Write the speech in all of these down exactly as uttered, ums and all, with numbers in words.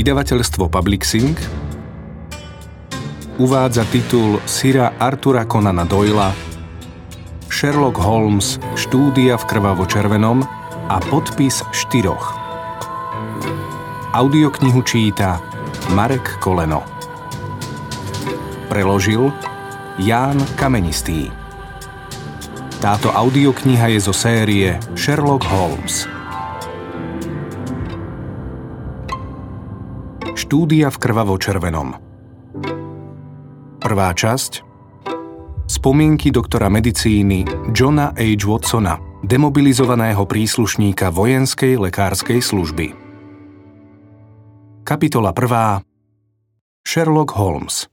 Vydavateľstvo Publixing uvádza titul Sira Artura Conana Doyla Sherlock Holmes, štúdia v krvavo-červenom a podpis štyroch. Audioknihu číta Marek Koleno. Preložil Ján Kamenistý. Táto audiokniha je zo série Sherlock Holmes. Štúdia v krvavo-červenom. Prvá časť. Spomienky doktora medicíny Johna H. Watsona, demobilizovaného príslušníka vojenskej lekárskej služby. Kapitola prvá. Sherlock Holmes.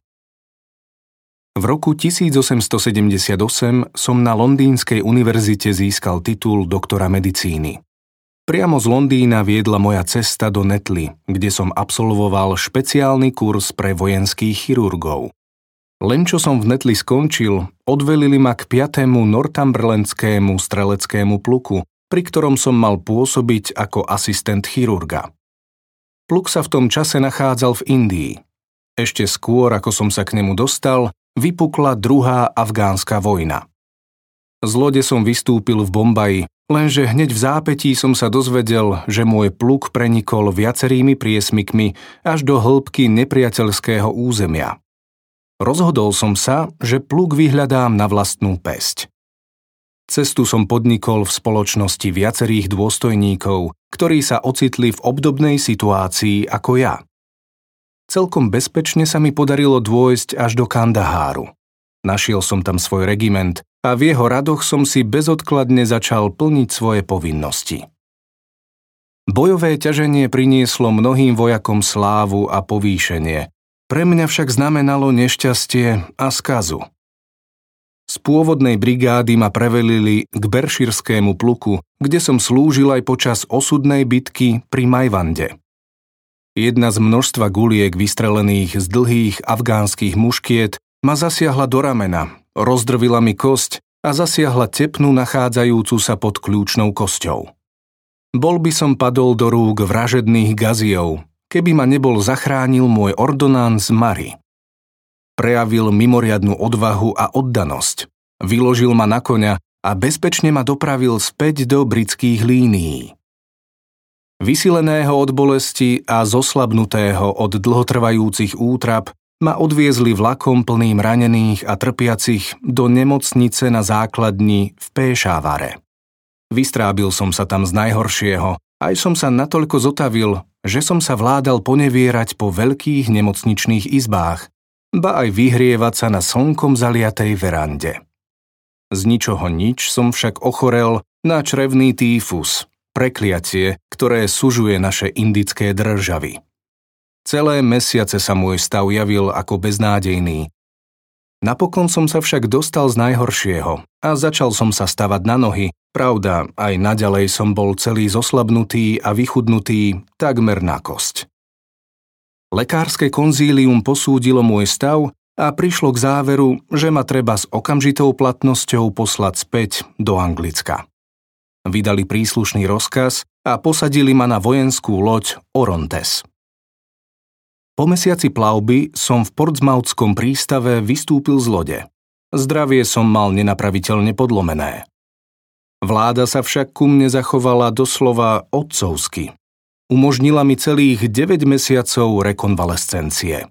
V roku tisícosemstosedemdesiatosem som na Londýnskej univerzite získal titul doktora medicíny. Priamo z Londýna viedla moja cesta do Netley, kde som absolvoval špeciálny kurz pre vojenských chirurgov. Len čo som v Netley skončil, odvelili ma k piatému northumberlandskému streleckému pluku, pri ktorom som mal pôsobiť ako asistent chirurga. Pluk sa v tom čase nachádzal v Indii. Ešte skôr, ako som sa k nemu dostal, vypukla druhá afgánska vojna. Z lode som vystúpil v Bombaji, lenže hneď v zápätí som sa dozvedel, že môj pluk prenikol viacerými priesmykmi až do hĺbky nepriateľského územia. Rozhodol som sa, že pluk vyhľadám na vlastnú päsť. Cestu som podnikol v spoločnosti viacerých dôstojníkov, ktorí sa ocitli v obdobnej situácii ako ja. Celkom bezpečne sa mi podarilo dôjsť až do Kandaháru. Našiel som tam svoj regiment a v jeho radoch som si bezodkladne začal plniť svoje povinnosti. Bojové ťaženie prinieslo mnohým vojakom slávu a povýšenie, pre mňa však znamenalo nešťastie a skazu. Z pôvodnej brigády ma prevelili k Berkshírskému pluku, kde som slúžil aj počas osudnej bitky pri Majvande. Jedna z množstva guliek vystrelených z dlhých afgánskych muškiet ma zasiahla do ramena, rozdrvila mi kosť a zasiahla tepnu nachádzajúcu sa pod kľúčnou kosťou. Bol by som padol do rúk vražedných Gaziov, keby ma nebol zachránil môj ordonánc Murray. Prejavil mimoriadnu odvahu a oddanosť, vyložil ma na koňa a bezpečne ma dopravil späť do britských línií. Vysileného od bolesti a zoslabnutého od dlhotrvajúcich útrap ma odviezli vlakom plným ranených a trpiacich do nemocnice na základni v Péšávare. Vystrábil som sa tam z najhoršieho, aj som sa natoľko zotavil, že som sa vládal ponevierať po veľkých nemocničných izbách, ba aj vyhrievať sa na slnkom zaliatej verande. Z ničoho nič som však ochorel na črevný týfus, prekliatie, ktoré sužuje naše indické državy. Celé mesiace sa môj stav javil ako beznádejný. Napokon som sa však dostal z najhoršieho a začal som sa stavať na nohy. Pravda, aj naďalej som bol celý zoslabnutý a vychudnutý takmer na kosť. Lekárske konzílium posúdilo môj stav a prišlo k záveru, že ma treba s okamžitou platnosťou poslať späť do Anglicka. Vydali príslušný rozkaz a posadili ma na vojenskú loď Orontes. Po mesiaci plavby som v Portsmouthskom prístave vystúpil z lode. Zdravie som mal nenapraviteľne podlomené. Vláda sa však ku mne zachovala doslova otcovsky. Umožnila mi celých deväť mesiacov rekonvalescencie.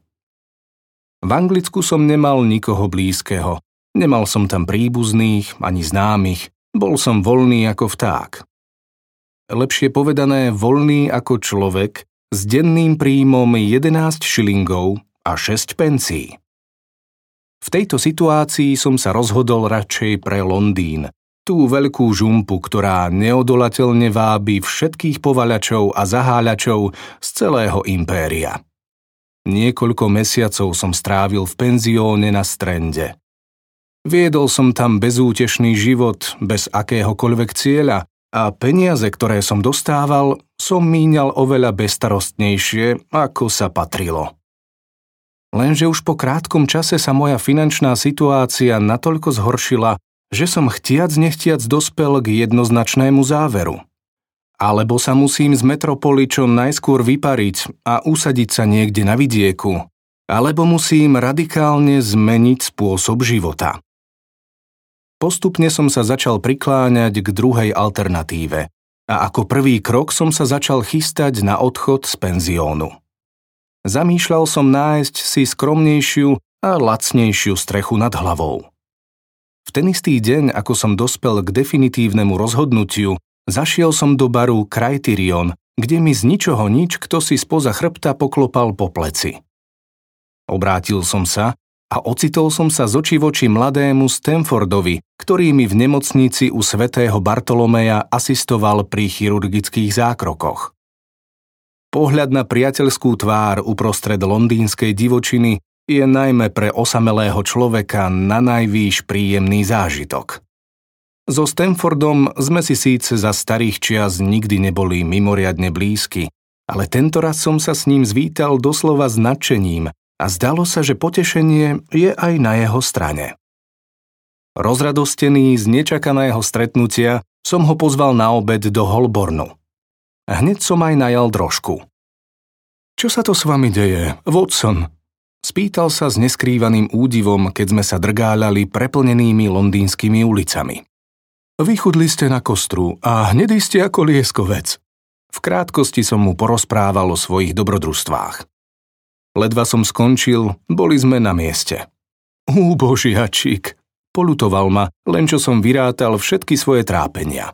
V Anglicku som nemal nikoho blízkeho, nemal som tam príbuzných ani známych, bol som voľný ako vták. Lepšie povedané voľný ako človek, s denným príjmom jedenásť šilingov a šesť pencí. V tejto situácii som sa rozhodol radšej pre Londýn, tú veľkú žumpu, ktorá neodolateľne vábi všetkých povaľačov a zaháľačov z celého impéria. Niekoľko mesiacov som strávil v penzióne na Strande. Viedol som tam bezútešný život, bez akéhokoľvek cieľa, a peniaze, ktoré som dostával, som míňal oveľa bezstarostnejšie, ako sa patrilo. Lenže už po krátkom čase sa moja finančná situácia natoľko zhoršila, že som chtiac nechtiac dospel k jednoznačnému záveru. Alebo sa musím z metropoly čo najskôr vypariť a usadiť sa niekde na vidieku, alebo musím radikálne zmeniť spôsob života. Postupne som sa začal prikláňať k druhej alternatíve a ako prvý krok som sa začal chystať na odchod z penziónu. Zamýšľal som nájsť si skromnejšiu a lacnejšiu strechu nad hlavou. V ten istý deň, ako som dospel k definitívnemu rozhodnutiu, zašiel som do baru Criterion, kde mi z ničoho nič kto si spoza chrbta poklopal po pleci. Obrátil som sa a ocitol som sa z očí v oči mladému Stanfordovi, ktorý mi v nemocnici u svätého Bartolomeja asistoval pri chirurgických zákrokoch. Pohľad na priateľskú tvár uprostred londýnskej divočiny je najmä pre osamelého človeka nanajvýš príjemný zážitok. So Stanfordom sme si síce za starých čias nikdy neboli mimoriadne blízky, ale tentoraz som sa s ním zvítal doslova s nadšením a zdalo sa, že potešenie je aj na jeho strane. Rozradostený z nečakaného stretnutia som ho pozval na obed do Holbornu. Hneď som aj najal drožku. Čo sa to s vami deje, Watson? Spýtal sa s neskrývaným údivom, keď sme sa drgáľali preplnenými londýnskymi ulicami. Vychudli ste na kostru a hnedý ste ako lieskovec. V krátkosti som mu porozprával o svojich dobrodružstvách. Ledva som skončil, boli sme na mieste. Ú, božiačik, polutoval ma, len čo som vyrátal všetky svoje trápenia.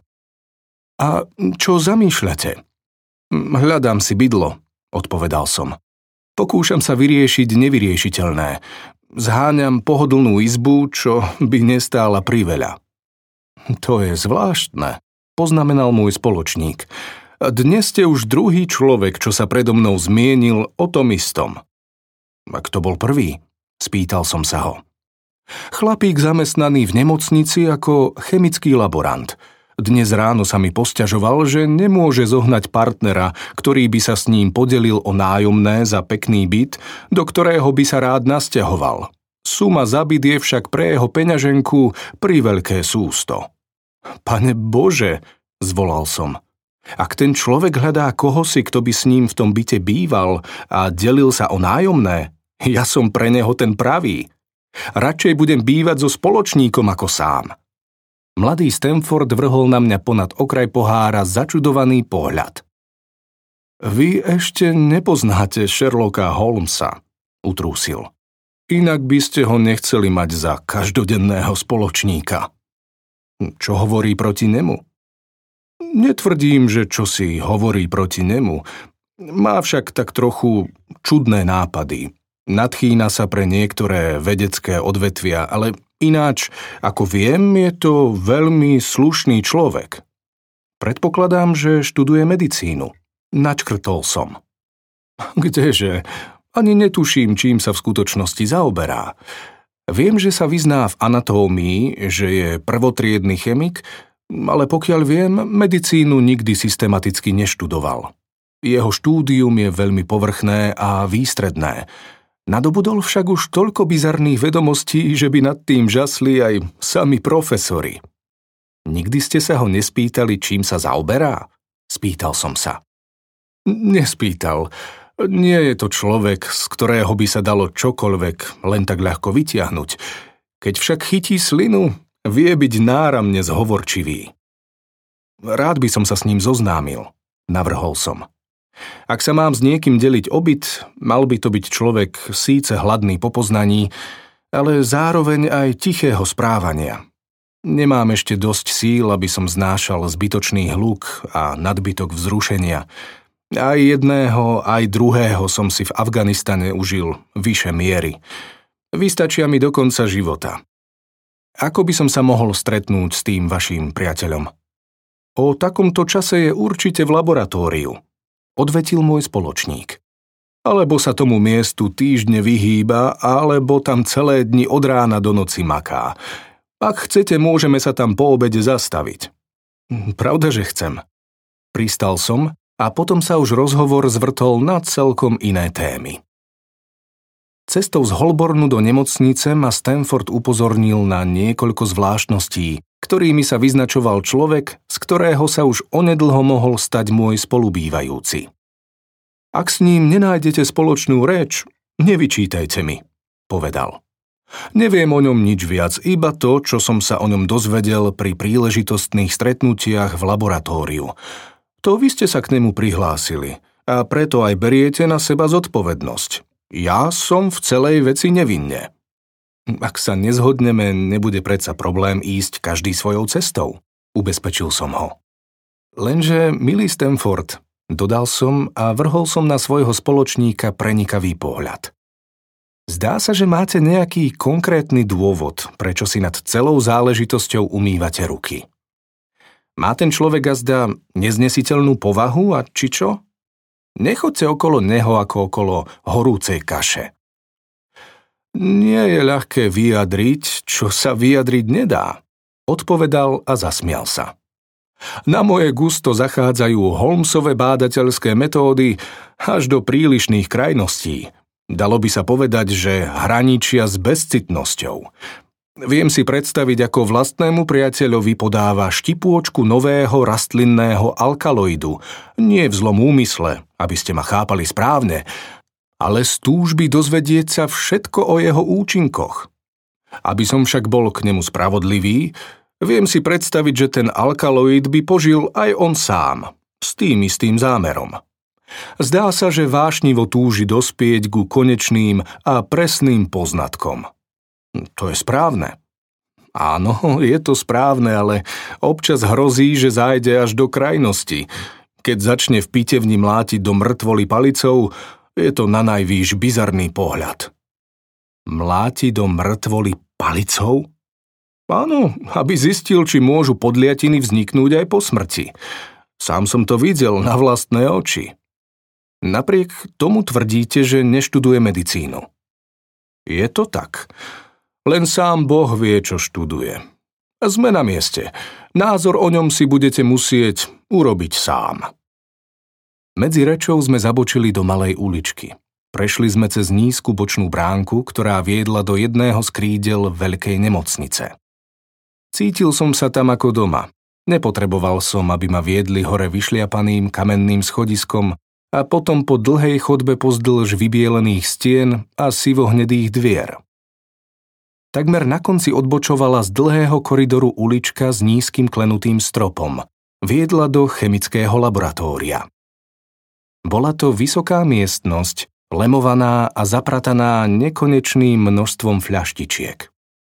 A čo zamýšľate? Hľadám si bydlo, odpovedal som. Pokúšam sa vyriešiť nevyriešiteľné. Zháňam pohodlnú izbu, čo by nestála priveľa. To je zvláštne, poznamenal môj spoločník. Dnes ste už druhý človek, čo sa predo mnou zmienil o tom istom. A kto bol prvý? Spýtal som sa ho. Chlapík zamestnaný v nemocnici ako chemický laborant. Dnes ráno sa mi posťažoval, že nemôže zohnať partnera, ktorý by sa s ním podelil o nájomné za pekný byt, do ktorého by sa rád nasťahoval. Suma za byt je však pre jeho peňaženku priveľké sústo. Pane Bože, zvolal som. Ak ten človek hľadá kohosi, kto by s ním v tom byte býval a delil sa o nájomné, ja som pre neho ten pravý. Radšej budem bývať so spoločníkom ako sám. Mladý Stanford vrhol na mňa ponad okraj pohára začudovaný pohľad. Vy ešte nepoznáte Sherlocka Holmesa, utrúsil. Inak by ste ho nechceli mať za každodenného spoločníka. Čo hovorí proti nemu? Netvrdím, že čosi hovorí proti nemu. Má však tak trochu čudné nápady. Nadchýna sa pre niektoré vedecké odvetvia, ale ináč, ako viem, je to veľmi slušný človek. Predpokladám, že študuje medicínu. Načkrtol som. Kdeže? Ani netuším, čím sa v skutočnosti zaoberá. Viem, že sa vyzná v anatómii, že je prvotriedny chemik, ale pokiaľ viem, medicínu nikdy systematicky neštudoval. Jeho štúdium je veľmi povrchné a výstredné. Nadobudol však už toľko bizarných vedomostí, že by nad tým žasli aj sami profesori. Nikdy ste sa ho nespýtali, čím sa zaoberá? Spýtal som sa. Nespýtal. Nie je to človek, z ktorého by sa dalo čokoľvek len tak ľahko vytiahnuť. Keď však chytí slinu, vie byť náramne zhovorčivý. Rád by som sa s ním zoznámil, navrhol som. Ak sa mám s niekým deliť obyt, mal by to byť človek síce hladný po poznaní, ale zároveň aj tichého správania. Nemám ešte dosť síl, aby som znášal zbytočný hluk a nadbytok vzrušenia. Aj jedného, aj druhého som si v Afganistane užil vyše miery. Vystačia mi do konca života. Ako by som sa mohol stretnúť s tým vaším priateľom? O takomto čase je určite v laboratóriu, odvetil môj spoločník. Alebo sa tomu miestu týždne vyhýba, alebo tam celé dni od rána do noci maká. Ak chcete, môžeme sa tam po obede zastaviť. Pravda, že chcem. Pristal som a potom sa už rozhovor zvrtol na celkom iné témy. Cestou z Holbornu do nemocnice ma Stanford upozornil na niekoľko zvláštností, ktorými sa vyznačoval človek, z ktorého sa už onedlho mohol stať môj spolubývajúci. Ak s ním nenájdete spoločnú reč, nevyčítajte mi, povedal. Neviem o ňom nič viac, iba to, čo som sa o ňom dozvedel pri príležitostných stretnutiach v laboratóriu. To vy ste sa k nemu prihlásili a preto aj beriete na seba zodpovednosť. Ja som v celej veci nevinne. Ak sa nezhodneme, nebude predsa problém ísť každý svojou cestou, ubezpečil som ho. Lenže, milý Stanford, dodal som a vrhol som na svojho spoločníka prenikavý pohľad. Zdá sa, že máte nejaký konkrétny dôvod, prečo si nad celou záležitosťou umývate ruky. Má ten človek azda neznesiteľnú povahu a či čo? Nechoďte okolo neho ako okolo horúcej kaše. Nie je ľahké vyjadriť, čo sa vyjadriť nedá, odpovedal a zasmial sa. Na moje gusto zachádzajú Holmesove bádateľské metódy až do prílišných krajností. Dalo by sa povedať, že hraničia s bezcitnosťou. Viem si predstaviť, ako vlastnému priateľovi podáva štipôčku nového rastlinného alkaloidu, nie v zlom úmysle, aby ste ma chápali správne, ale z túžby dozvedieť sa všetko o jeho účinkoch. Aby som však bol k nemu spravodlivý, viem si predstaviť, že ten alkaloid by požil aj on sám, s tým istým zámerom. Zdá sa, že vášnivo túži dospieť ku konečným a presným poznatkom. To je správne. Áno, je to správne, ale občas hrozí, že zájde až do krajnosti. Keď začne v pitevni mlátiť do mŕtvoly palicou, je to nanajvýš bizarný pohľad. Mláti do mŕtvoly palicou? Áno, aby zistil, či môžu podliatiny vzniknúť aj po smrti. Sám som to videl na vlastné oči. Napriek tomu tvrdíte, že neštuduje medicínu. Je to tak. Len sám Boh vie, čo študuje. Sme na mieste. Názor o ňom si budete musieť urobiť sám. Medzi rečou sme zabočili do malej uličky. Prešli sme cez nízku bočnú bránku, ktorá viedla do jedného z krídel veľkej nemocnice. Cítil som sa tam ako doma. Nepotreboval som, aby ma viedli hore vyšliapaným kamenným schodiskom a potom po dlhej chodbe pozdĺž vybielených stien a sivohnedých dvier. Takmer na konci odbočovala z dlhého koridoru ulička s nízkym klenutým stropom. Viedla do chemického laboratória. Bola to vysoká miestnosť, lemovaná a zaprataná nekonečným množstvom fľaštičiek.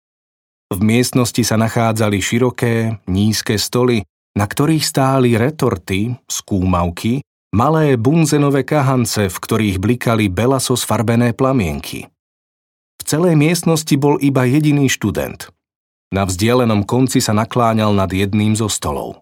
V miestnosti sa nachádzali široké, nízke stoly, na ktorých stáli retorty, skúmavky, malé bunzenové kahance, v ktorých blikali belaso sfarbené plamienky. V celej miestnosti bol iba jediný študent. Na vzdialenom konci sa nakláňal nad jedným zo stolov.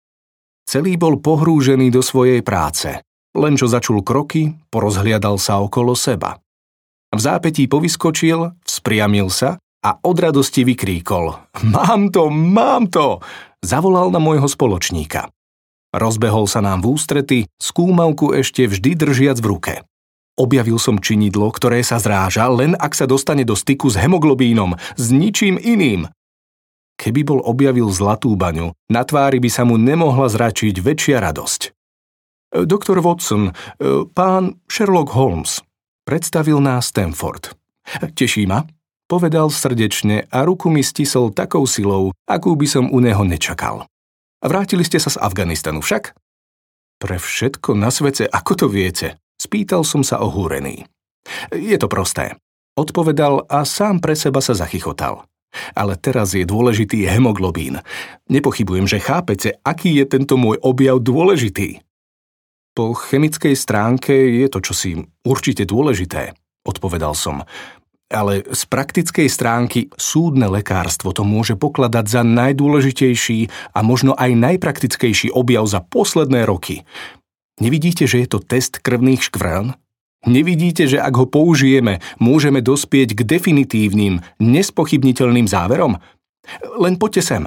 Celý bol pohrúžený do svojej práce, len čo začul kroky, porozhliadal sa okolo seba. V zápätí povyskočil, vzpriamil sa a od radosti vykríkol: Mám to, mám to! Zavolal na môjho spoločníka. Rozbehol sa nám v ústrety, skúmavku ešte vždy držiac v ruke. Objavil som činidlo, ktoré sa zráža, len ak sa dostane do styku s hemoglobínom, s ničím iným. Keby bol objavil zlatú baňu, na tvári by sa mu nemohla zračiť väčšia radosť. Doktor Watson, pán Sherlock Holmes, predstavil nás Stanford. Teší ma, povedal srdečne a ruku mi stisol takou silou, akú by som u neho nečakal. Vrátili ste sa z Afganistanu však? Pre všetko na svete, ako to viete? Spýtal som sa ohúrený. Je to prosté, odpovedal a sám pre seba sa zachychotal. Ale teraz je dôležitý hemoglobín. Nepochybujem, že chápete, aký je tento môj objav dôležitý. Po chemickej stránke je to čosi určite dôležité, odpovedal som. Ale z praktickej stránky súdne lekárstvo to môže pokladať za najdôležitejší a možno aj najpraktickejší objav za posledné roky. Nevidíte, že je to test krvných škvrn? Nevidíte, že ak ho použijeme, môžeme dospieť k definitívnym, nespochybniteľným záverom? Len poďte sem.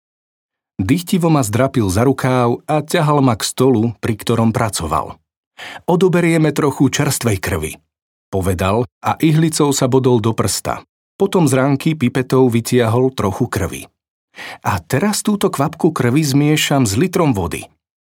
Dychtivo ma zdrapil za rukáv a ťahal ma k stolu, pri ktorom pracoval. Odoberieme trochu čerstvej krvi. povedal a ihlicou sa bodol do prsta. Potom z ránky pipetou vytiahol trochu krvi. A teraz túto kvapku krvi zmiešam s litrom vody.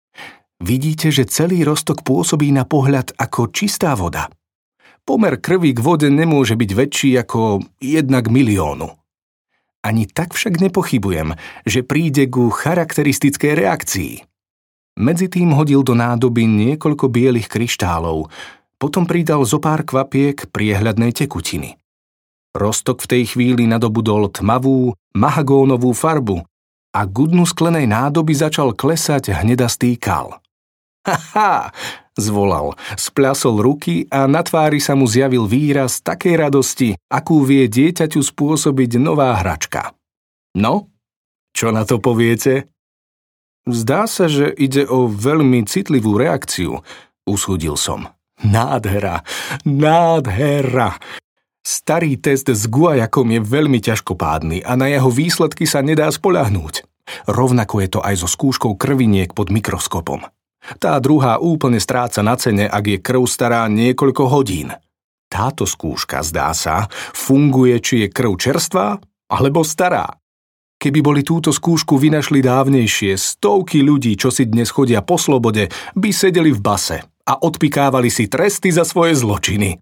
Vidíte, že celý roztok pôsobí na pohľad ako čistá voda. Pomer krvi k vode nemôže byť väčší ako jedna k miliónu. Ani tak však nepochybujem, že príde ku charakteristickej reakcii. Medzitým hodil do nádoby niekoľko bielých kryštálov, potom pridal zo pár kvapiek priehľadnej tekutiny. Roztok v tej chvíli nadobudol tmavú, mahagónovú farbu a k dnu sklenej nádoby začal klesať hnedastý kal. Haha, zvolal, spľasol ruky a na tvári sa mu zjavil výraz takej radosti, akú vie dieťaťu spôsobiť nová hračka. No, čo na to poviete? Zdá sa, že ide o veľmi citlivú reakciu, usúdil som. Nádhera, nádhera. Starý test s guajakom je veľmi ťažkopádny a na jeho výsledky sa nedá spoľahnúť. Rovnako je to aj so skúškou krviniek pod mikroskopom. Tá druhá úplne stráca na cene, ak je krv stará niekoľko hodín. Táto skúška, zdá sa, funguje, či je krv čerstvá alebo stará. Keby boli túto skúšku vynašli dávnejšie, stovky ľudí, čo si dnes chodia po slobode, by sedeli v base a odpikávali si tresty za svoje zločiny.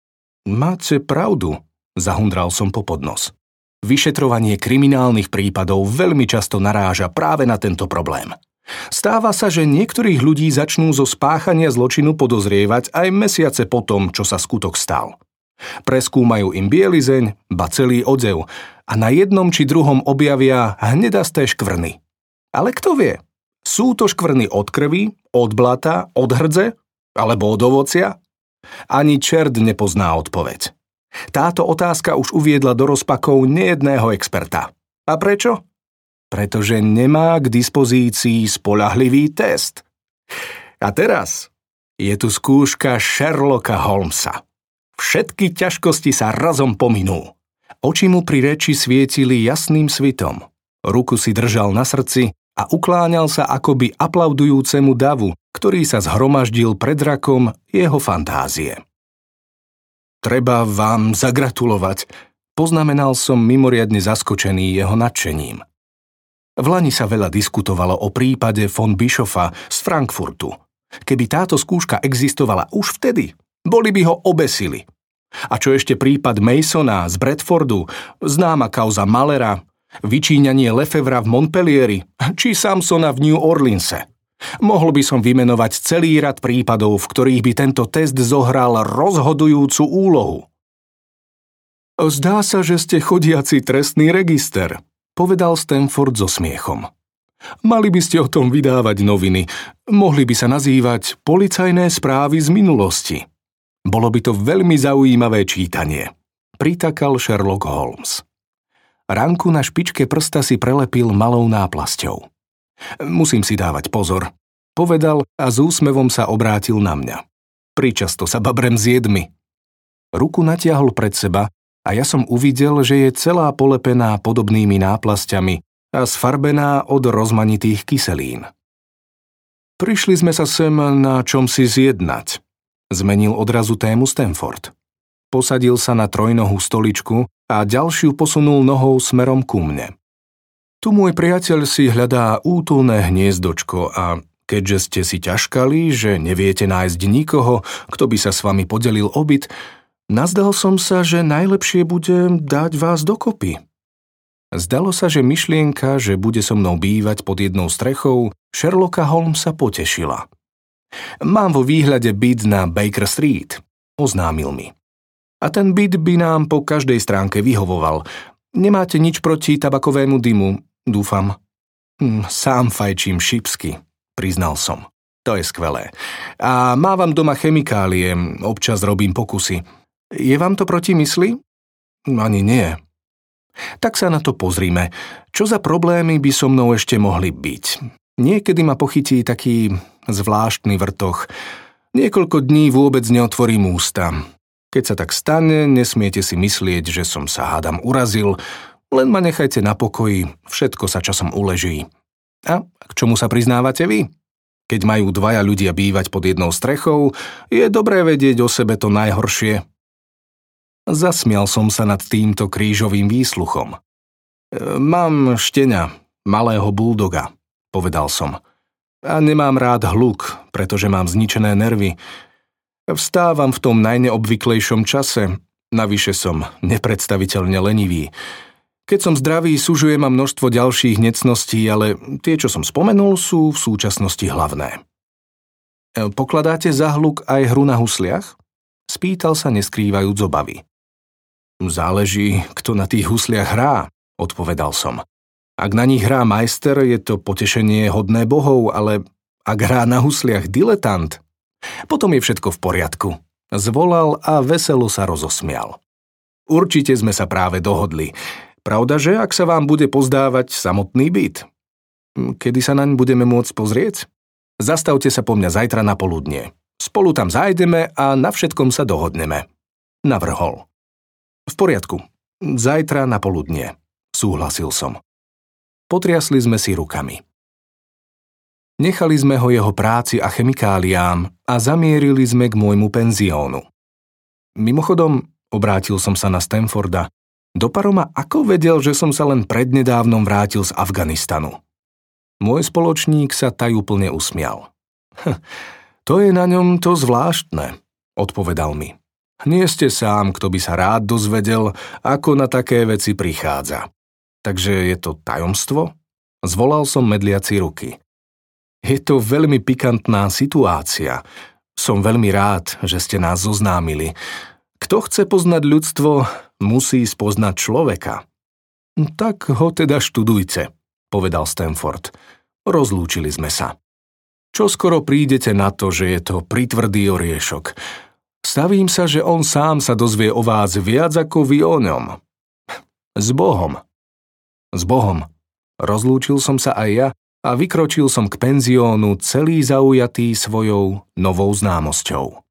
Máte pravdu, zahundral som po podnos. Vyšetrovanie kriminálnych prípadov veľmi často naráža práve na tento problém. Stáva sa, že niektorých ľudí začnú zo spáchania zločinu podozrievať aj mesiace po tom, čo sa skutok stal. Preskúmajú im bielizeň, ba celý odev a na jednom či druhom objavia hnedasté škvrny. Ale kto vie? Sú to škvrny od krvi, od blata, od hrdze alebo od ovocia? Ani čert nepozná odpoveď. Táto otázka už uviedla do rozpakov nejedného experta. A prečo? Pretože nemá k dispozícii spoľahlivý test. A teraz je tu skúška Sherlocka Holmesa. Všetky ťažkosti sa razom pominú. Oči mu pri reči svietili jasným svitom. Ruku si držal na srdci a ukláňal sa akoby aplaudujúcemu davu, ktorý sa zhromaždil pred rakom jeho fantázie. Treba vám zagratulovať, poznamenal som mimoriadne zaskočený jeho nadšením. V lani sa veľa diskutovalo o prípade von Bischofa z Frankfurtu. Keby táto skúška existovala už vtedy, boli by ho obesili. A čo ešte prípad Masona z Bradfordu, známa kauza Malera, vyčíňanie Lefevra v Montpellieri, či Samsona v New Orleanse. Mohol by som vymenovať celý rad prípadov, v ktorých by tento test zohral rozhodujúcu úlohu. Zdá sa, že ste chodiaci trestný register, povedal Stanford so smiechom. Mali by ste o tom vydávať noviny. Mohli by sa nazývať policajné správy z minulosti. Bolo by to veľmi zaujímavé čítanie. Pritakal Sherlock Holmes. Ranku na špičke prsta si prelepil malou náplasťou. Musím si dávať pozor, povedal a s úsmevom sa obrátil na mňa. Pričasto sa babrem s jedmi. Ruku natiahol pred seba a ja som uvidel, že je celá polepená podobnými náplasťami a sfarbená od rozmanitých kyselín. Prišli sme sa sem na čomsi zjednať. Zmenil odrazu tému Stanford. Posadil sa na trojnohú stoličku a ďalšiu posunul nohou smerom ku mne. Tu môj priateľ si hľadá útulné hniezdočko a keďže ste si ťažkali, že neviete nájsť nikoho, kto by sa s vami podelil o byt, nazdal som sa, že najlepšie bude dať vás dokopy. Zdalo sa, že myšlienka, že bude so mnou bývať pod jednou strechou, Sherlocka Holmesa potešila. Mám vo výhľade byt na Baker Street, oznámil mi. A ten byt by nám po každej stránke vyhovoval. Nemáte nič proti tabakovému dymu, dúfam. Hm, sám fajčím šipsky, priznal som. To je skvelé. A mávam doma chemikálie, občas robím pokusy. Je vám to proti mysli? Ani nie. Tak sa na to pozrime. Čo za problémy by so mnou ešte mohli byť? Niekedy ma pochytí taký zvláštny vrtoch. Niekoľko dní vôbec neotvorím ústa. Keď sa tak stane, nesmiete si myslieť, že som sa hádam urazil, len ma nechajte na pokoji, všetko sa časom uleží. A k čomu sa priznávate vy? Keď majú dvaja ľudia bývať pod jednou strechou, je dobré vedieť o sebe to najhoršie. Zasmial som sa nad týmto krížovým výsluchom. Mám štenia, malého buldoga, povedal som. A nemám rád hluk, pretože mám zničené nervy. Vstávam v tom najneobvyklejšom čase, navyše som nepredstaviteľne lenivý. Keď som zdravý, sužuje ma množstvo ďalších necností, ale tie, čo som spomenul, sú v súčasnosti hlavné. Pokladáte za hluk aj hru na husliach? Spýtal sa neskrývajúc obavy. Záleží, kto na tých husliach hrá, odpovedal som. Ak na nich hrá majster, je to potešenie hodné bohov, ale ak hrá na husliach diletant, potom je všetko v poriadku. Zvolal a veselo sa rozosmial. Určite sme sa práve dohodli. Pravda, že ak sa vám bude pozdávať samotný byt? Kedy sa naň budeme môcť pozrieť? Zastavte sa po mňa zajtra na poludnie. Spolu tam zájdeme a na všetkom sa dohodneme. Navrhol. V poriadku. Zajtra na poludnie. Súhlasil som. Potriasli sme si rukami. Nechali sme ho jeho práci a chemikáliám a zamierili sme k môjmu penziónu. Mimochodom, obrátil som sa na Stanforda. Do paroma ako vedel, že som sa len prednedávnom vrátil z Afganistanu. Môj spoločník sa tajúplne usmial. Hm, to je na ňom to zvláštne, odpovedal mi. Nie ste sám, kto by sa rád dozvedel, ako na také veci prichádza. Takže je to tajomstvo? Zvolal som medliaci ruky. Je to veľmi pikantná situácia. Som veľmi rád, že ste nás zoznámili. Kto chce poznať ľudstvo, musí spoznať človeka. Tak ho teda študujte, povedal Stanford. Rozlúčili sme sa. Čoskoro prídete na to, že je to pritvrdý oriešok. Stavím sa, že on sám sa dozvie o vás viac ako vy o ňom. S Bohom. S Bohom. Rozlúčil som sa aj ja a vykročil som k penziónu celý zaujatý svojou novou známosťou.